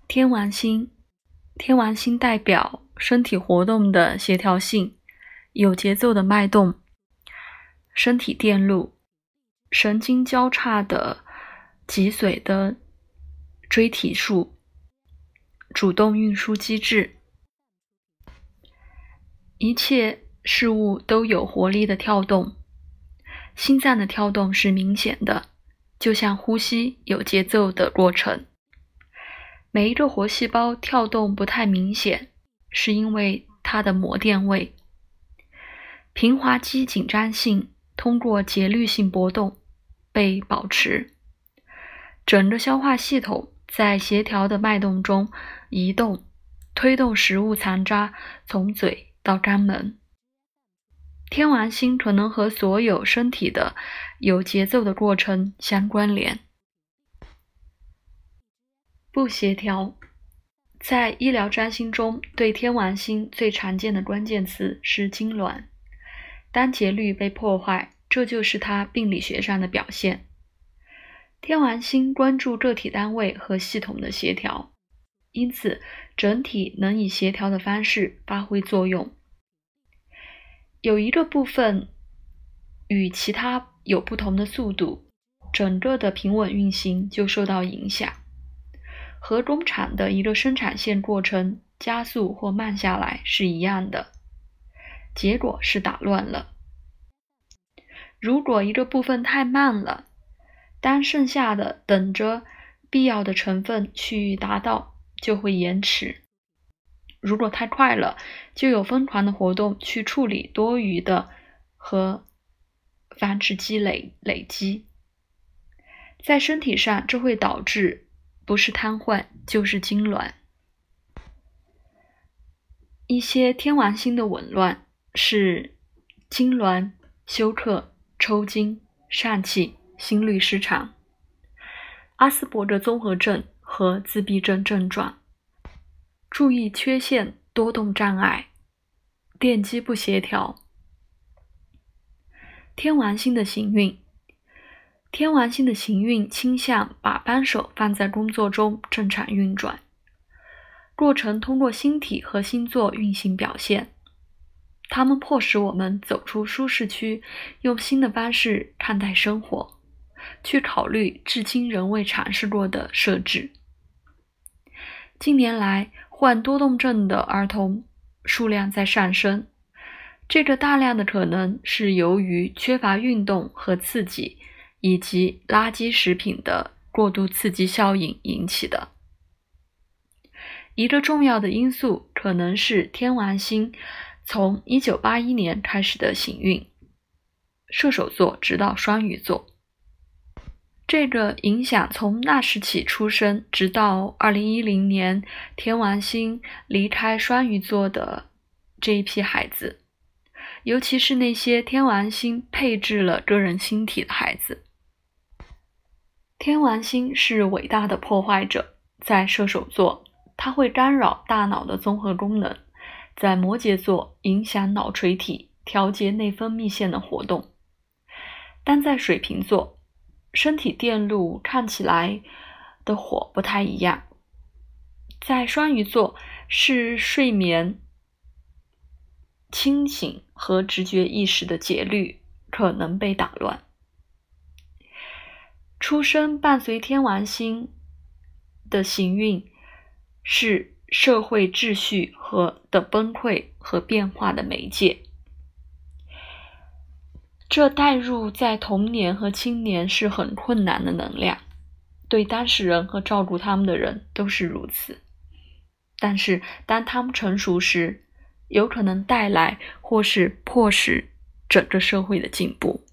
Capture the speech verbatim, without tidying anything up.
天王星，天王星代表身体活动的协调性，有节奏的脉动，身体电路，神经交叉的脊髓的锥体束，主动运输机制。一切事物都有活力的跳动，心脏的跳动是明显的，就像呼吸有节奏的过程。每一个活细胞跳动不太明显，是因为它的膜电位。平滑肌紧张性通过节律性波动被保持，整个消化系统在协调的脉动中移动，推动食物残渣从嘴到肛门。天王星可能和所有身体的有节奏的过程相关联。不协调，在医疗占星中，对天王星最常见的关键词是痉挛。当节律被破坏，这就是它病理学上的表现。天王星关注个体单位和系统的协调，因此整体能以协调的方式发挥作用。有一个部分与其他有不同的速度，整个的平稳运行就受到影响。和工厂的一个生产线过程加速或慢下来是一样的，结果是打乱了。如果一个部分太慢了，当剩下的等着必要的成分去达到，就会延迟。如果太快了，就有疯狂的活动去处理多余的和防止积累累积。在身体上，这会导致不是瘫痪就是痉挛。一些天王星的紊乱是痉挛、休克、抽筋、疝气、心律失常、阿斯伯格综合症和自闭症症状、注意缺陷多动障碍、电机不协调。天王星的行运，天王星的行运倾向把扳手放在工作中正常运转，过程通过星体和星座运行表现。它们迫使我们走出舒适区，用新的方式看待生活，去考虑至今仍未尝试过的设置。近年来，患多动症的儿童数量在上升，这个大量的可能是由于缺乏运动和刺激，以及垃圾食品的过度刺激效应引起的。一个重要的因素可能是天王星从一九八一年开始的行运，射手座直到双鱼座。这个影响从那时起出生，直到二零一零年天王星离开双鱼座的这一批孩子，尤其是那些天王星配置了个人星体的孩子。天王星是伟大的破坏者，在射手座，它会干扰大脑的综合功能，在摩羯座影响脑垂体，调节内分泌腺的活动。但在水瓶座，身体电路看起来的火不太一样。在双鱼座，是睡眠、清醒和直觉意识的节律可能被打乱。出生伴随天王星的行运是社会秩序和的崩溃和变化的媒介。这带入在童年和青年是很困难的能量，对当事人和照顾他们的人都是如此。但是当他们成熟时，有可能带来或是迫使整个社会的进步。